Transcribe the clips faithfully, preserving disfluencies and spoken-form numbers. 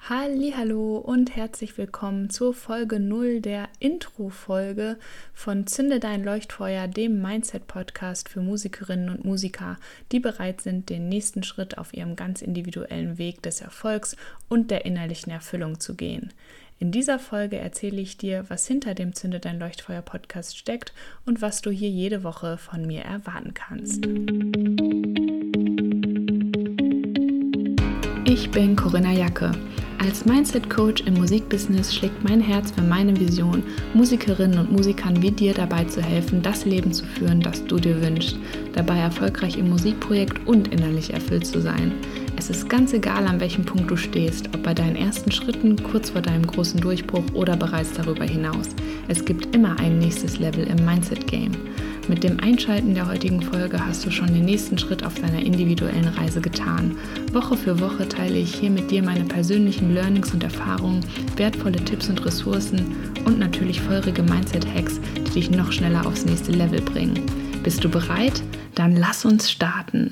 Hallihallo und herzlich willkommen zur Folge null der Intro-Folge von Zünde dein Leuchtfeuer, dem Mindset-Podcast für Musikerinnen und Musiker, die bereit sind, den nächsten Schritt auf ihrem ganz individuellen Weg des Erfolgs und der innerlichen Erfüllung zu gehen. In dieser Folge erzähle ich dir, was hinter dem Zünde dein Leuchtfeuer Podcast steckt und was du hier jede Woche von mir erwarten kannst. Ich bin Corinna Jacke. Als Mindset-Coach im Musikbusiness schlägt mein Herz für meine Vision, Musikerinnen und Musikern wie dir dabei zu helfen, das Leben zu führen, das du dir wünschst, dabei erfolgreich im Musikprojekt und innerlich erfüllt zu sein. Es ist ganz egal, an welchem Punkt du stehst, ob bei deinen ersten Schritten, kurz vor deinem großen Durchbruch oder bereits darüber hinaus. Es gibt immer ein nächstes Level im Mindset-Game. Mit dem Einschalten der heutigen Folge hast du schon den nächsten Schritt auf deiner individuellen Reise getan. Woche für Woche teile ich hier mit dir meine persönlichen Learnings und Erfahrungen, wertvolle Tipps und Ressourcen und natürlich feurige Mindset-Hacks, die dich noch schneller aufs nächste Level bringen. Bist du bereit? Dann lass uns starten!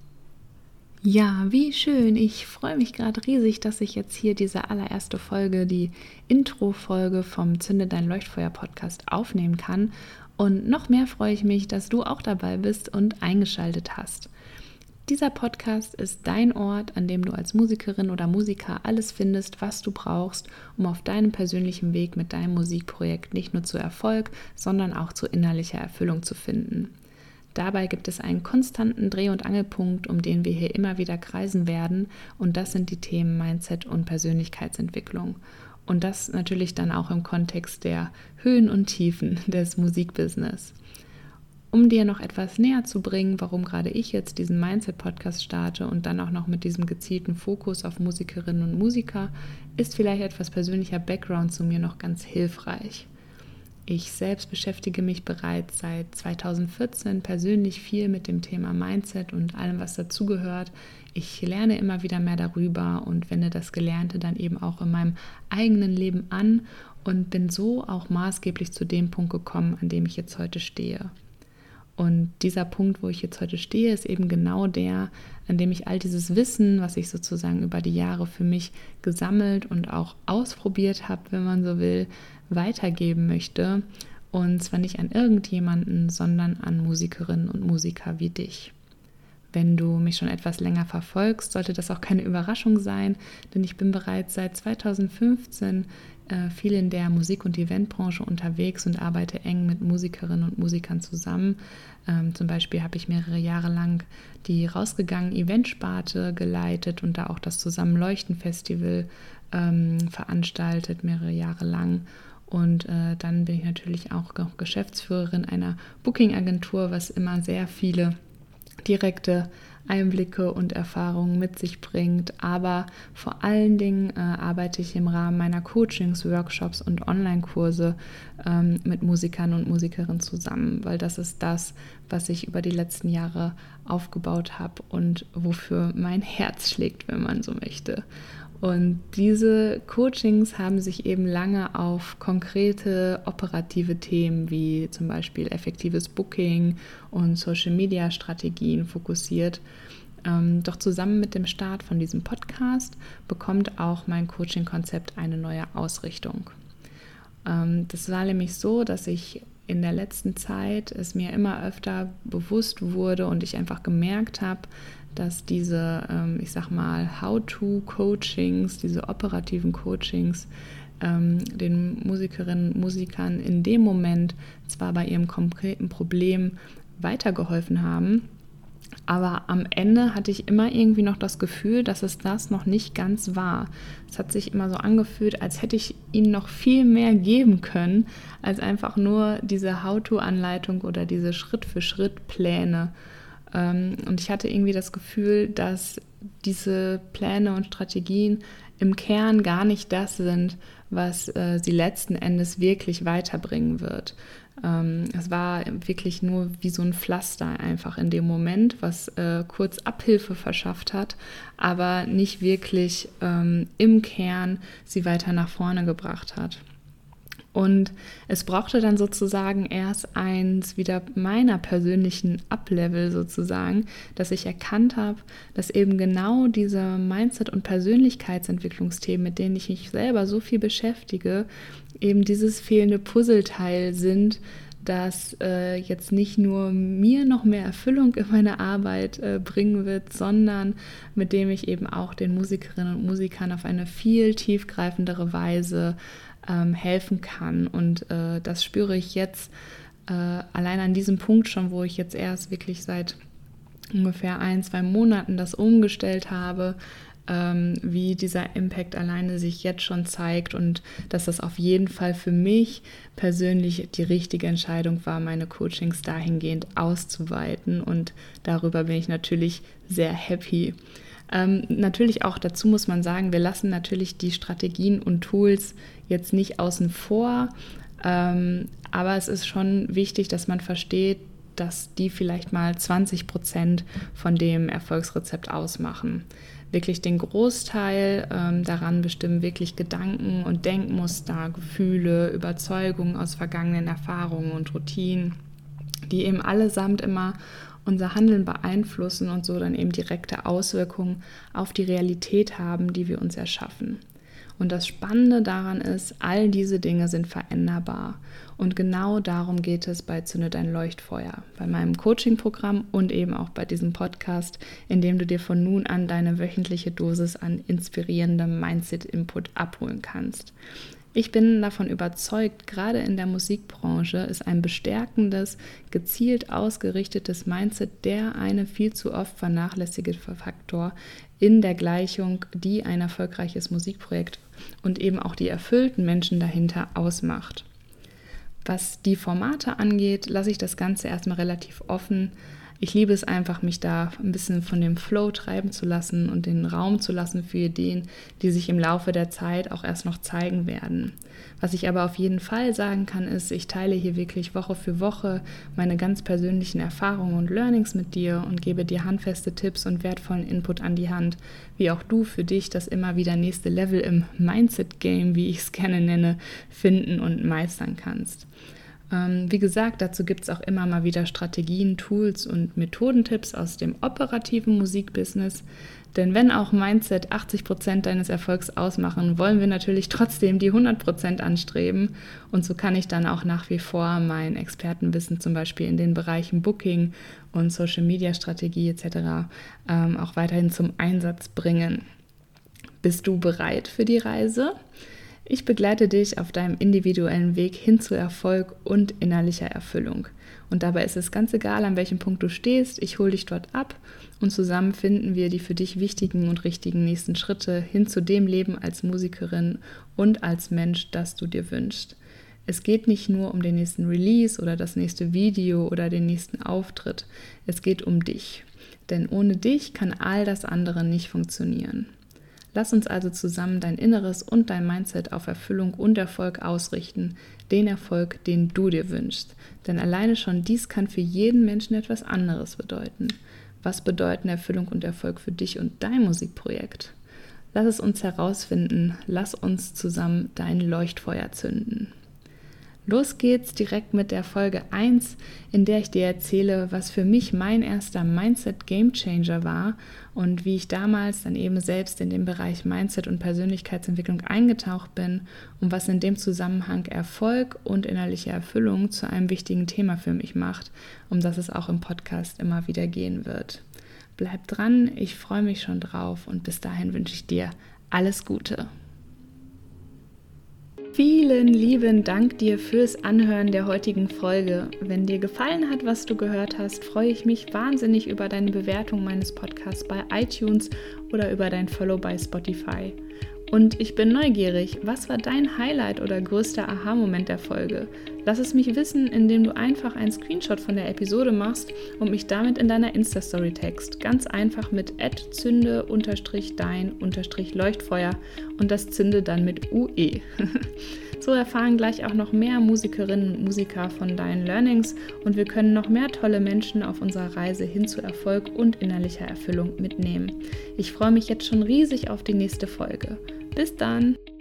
Ja, wie schön. Ich freue mich gerade riesig, dass ich jetzt hier diese allererste Folge, die Intro-Folge vom Zünde dein Leuchtfeuer Podcast aufnehmen kann. Und noch mehr freue ich mich, dass du auch dabei bist und eingeschaltet hast. Dieser Podcast ist dein Ort, an dem du als Musikerin oder Musiker alles findest, was du brauchst, um auf deinem persönlichen Weg mit deinem Musikprojekt nicht nur zu Erfolg, sondern auch zu innerlicher Erfüllung zu finden. Dabei gibt es einen konstanten Dreh- und Angelpunkt, um den wir hier immer wieder kreisen werden, und das sind die Themen Mindset und Persönlichkeitsentwicklung. Und das natürlich dann auch im Kontext der Höhen und Tiefen des Musikbusiness. Um dir noch etwas näher zu bringen, warum gerade ich jetzt diesen Mindset-Podcast starte und dann auch noch mit diesem gezielten Fokus auf Musikerinnen und Musiker, ist vielleicht etwas persönlicher Background zu mir noch ganz hilfreich. Ich selbst beschäftige mich bereits seit zweitausendvierzehn persönlich viel mit dem Thema Mindset und allem, was dazugehört. Ich lerne immer wieder mehr darüber und wende das Gelernte dann eben auch in meinem eigenen Leben an und bin so auch maßgeblich zu dem Punkt gekommen, an dem ich jetzt heute stehe. Und dieser Punkt, wo ich jetzt heute stehe, ist eben genau der, an dem ich all dieses Wissen, was ich sozusagen über die Jahre für mich gesammelt und auch ausprobiert habe, wenn man so will, weitergeben möchte. Und zwar nicht an irgendjemanden, sondern an Musikerinnen und Musiker wie dich. Wenn du mich schon etwas länger verfolgst, sollte das auch keine Überraschung sein, denn ich bin bereits seit zweitausendfünfzehn äh, viel in der Musik- und Eventbranche unterwegs und arbeite eng mit Musikerinnen und Musikern zusammen. Ähm, zum Beispiel habe ich mehrere Jahre lang die rausgegangen Eventsparte geleitet und da auch das Zusammenleuchten-Festival ähm, veranstaltet, mehrere Jahre lang. Und äh, dann bin ich natürlich auch noch Geschäftsführerin einer Booking-Agentur, was immer sehr viele direkte Einblicke und Erfahrungen mit sich bringt, aber vor allen Dingen äh, arbeite ich im Rahmen meiner Coachings, Workshops und Online-Kurse ähm, mit Musikern und Musikerinnen zusammen, weil das ist das, was ich über die letzten Jahre aufgebaut habe und wofür mein Herz schlägt, wenn man so möchte. Und diese Coachings haben sich eben lange auf konkrete operative Themen wie zum Beispiel effektives Booking und Social-Media-Strategien fokussiert. Ähm, doch zusammen mit dem Start von diesem Podcast bekommt auch mein Coaching-Konzept eine neue Ausrichtung. Ähm, das war nämlich so, dass ich in der letzten Zeit es mir immer öfter bewusst wurde und ich einfach gemerkt habe, dass diese, ich sag mal, How-to-Coachings, diese operativen Coachings den Musikerinnen und Musikern in dem Moment zwar bei ihrem konkreten Problem weitergeholfen haben, aber am Ende hatte ich immer irgendwie noch das Gefühl, dass es das noch nicht ganz war. Es hat sich immer so angefühlt, als hätte ich ihnen noch viel mehr geben können, als einfach nur diese How-to-Anleitung oder diese Schritt-für-Schritt-Pläne. Und ich hatte irgendwie das Gefühl, dass diese Pläne und Strategien im Kern gar nicht das sind, was äh, sie letzten Endes wirklich weiterbringen wird. Ähm, es war wirklich nur wie so ein Pflaster einfach in dem Moment, was äh, kurz Abhilfe verschafft hat, aber nicht wirklich ähm, im Kern sie weiter nach vorne gebracht hat. Und es brauchte dann sozusagen erst eins wieder meiner persönlichen Up-Level sozusagen, dass ich erkannt habe, dass eben genau diese Mindset- und Persönlichkeitsentwicklungsthemen, mit denen ich mich selber so viel beschäftige, eben dieses fehlende Puzzleteil sind, das äh, jetzt nicht nur mir noch mehr Erfüllung in meiner Arbeit äh, bringen wird, sondern mit dem ich eben auch den Musikerinnen und Musikern auf eine viel tiefgreifendere Weise ähm, helfen kann. Und äh, das spüre ich jetzt äh, allein an diesem Punkt schon, wo ich jetzt erst wirklich seit ungefähr ein, zwei Monaten das umgestellt habe, Ähm, wie dieser Impact alleine sich jetzt schon zeigt und dass das auf jeden Fall für mich persönlich die richtige Entscheidung war, meine Coachings dahingehend auszuweiten, und darüber bin ich natürlich sehr happy. Ähm, natürlich auch dazu muss man sagen, wir lassen natürlich die Strategien und Tools jetzt nicht außen vor, ähm, aber es ist schon wichtig, dass man versteht, dass die vielleicht mal zwanzig Prozent von dem Erfolgsrezept ausmachen. Wirklich den Großteil ähm, daran bestimmen wirklich Gedanken und Denkmuster, Gefühle, Überzeugungen aus vergangenen Erfahrungen und Routinen, die eben allesamt immer unser Handeln beeinflussen und so dann eben direkte Auswirkungen auf die Realität haben, die wir uns erschaffen. Und das Spannende daran ist, all diese Dinge sind veränderbar. Und genau darum geht es bei Zünde dein Leuchtfeuer, bei meinem Coaching-Programm und eben auch bei diesem Podcast, in dem du dir von nun an deine wöchentliche Dosis an inspirierendem Mindset-Input abholen kannst. Ich bin davon überzeugt, gerade in der Musikbranche ist ein bestärkendes, gezielt ausgerichtetes Mindset der eine viel zu oft vernachlässigte Faktor in der Gleichung, die ein erfolgreiches Musikprojekt und eben auch die erfüllten Menschen dahinter ausmacht. Was die Formate angeht, lasse ich das Ganze erstmal relativ offen. Ich liebe es einfach, mich da ein bisschen von dem Flow treiben zu lassen und den Raum zu lassen für Ideen, die sich im Laufe der Zeit auch erst noch zeigen werden. Was ich aber auf jeden Fall sagen kann, ist, ich teile hier wirklich Woche für Woche meine ganz persönlichen Erfahrungen und Learnings mit dir und gebe dir handfeste Tipps und wertvollen Input an die Hand, wie auch du für dich das immer wieder nächste Level im Mindset-Game, wie ich es gerne nenne, finden und meistern kannst. Wie gesagt, dazu gibt es auch immer mal wieder Strategien, Tools und Methodentipps aus dem operativen Musikbusiness. Denn wenn auch Mindset achtzig Prozent deines Erfolgs ausmachen, wollen wir natürlich trotzdem die hundert Prozent anstreben. Und so kann ich dann auch nach wie vor mein Expertenwissen zum Beispiel in den Bereichen Booking und Social-Media-Strategie et cetera ähm, auch weiterhin zum Einsatz bringen. Bist du bereit für die Reise? Ich begleite dich auf deinem individuellen Weg hin zu Erfolg und innerlicher Erfüllung. Und dabei ist es ganz egal, an welchem Punkt du stehst. Ich hole dich dort ab und zusammen finden wir die für dich wichtigen und richtigen nächsten Schritte hin zu dem Leben als Musikerin und als Mensch, das du dir wünschst. Es geht nicht nur um den nächsten Release oder das nächste Video oder den nächsten Auftritt. Es geht um dich. Denn ohne dich kann all das andere nicht funktionieren. Lass uns also zusammen dein Inneres und dein Mindset auf Erfüllung und Erfolg ausrichten, den Erfolg, den du dir wünschst. Denn alleine schon dies kann für jeden Menschen etwas anderes bedeuten. Was bedeuten Erfüllung und Erfolg für dich und dein Musikprojekt? Lass es uns herausfinden, lass uns zusammen dein Leuchtfeuer zünden. Los geht's direkt mit der Folge eins, in der ich dir erzähle, was für mich mein erster Mindset-Game-Changer war und wie ich damals dann eben selbst in den Bereich Mindset und Persönlichkeitsentwicklung eingetaucht bin und was in dem Zusammenhang Erfolg und innerliche Erfüllung zu einem wichtigen Thema für mich macht, um das es auch im Podcast immer wieder gehen wird. Bleib dran, ich freue mich schon drauf und bis dahin wünsche ich dir alles Gute. Vielen lieben Dank dir fürs Anhören der heutigen Folge. Wenn dir gefallen hat, was du gehört hast, freue ich mich wahnsinnig über deine Bewertung meines Podcasts bei iTunes oder über dein Follow bei Spotify. Und ich bin neugierig, was war dein Highlight oder größter Aha-Moment der Folge? Lass es mich wissen, indem du einfach einen Screenshot von der Episode machst und mich damit in deiner Insta-Story text. Ganz einfach mit at zünde dein Leuchtfeuer und das Zünde dann mit U E. So erfahren gleich auch noch mehr Musikerinnen und Musiker von deinen Learnings und wir können noch mehr tolle Menschen auf unserer Reise hin zu Erfolg und innerlicher Erfüllung mitnehmen. Ich freue mich jetzt schon riesig auf die nächste Folge. Bis dann!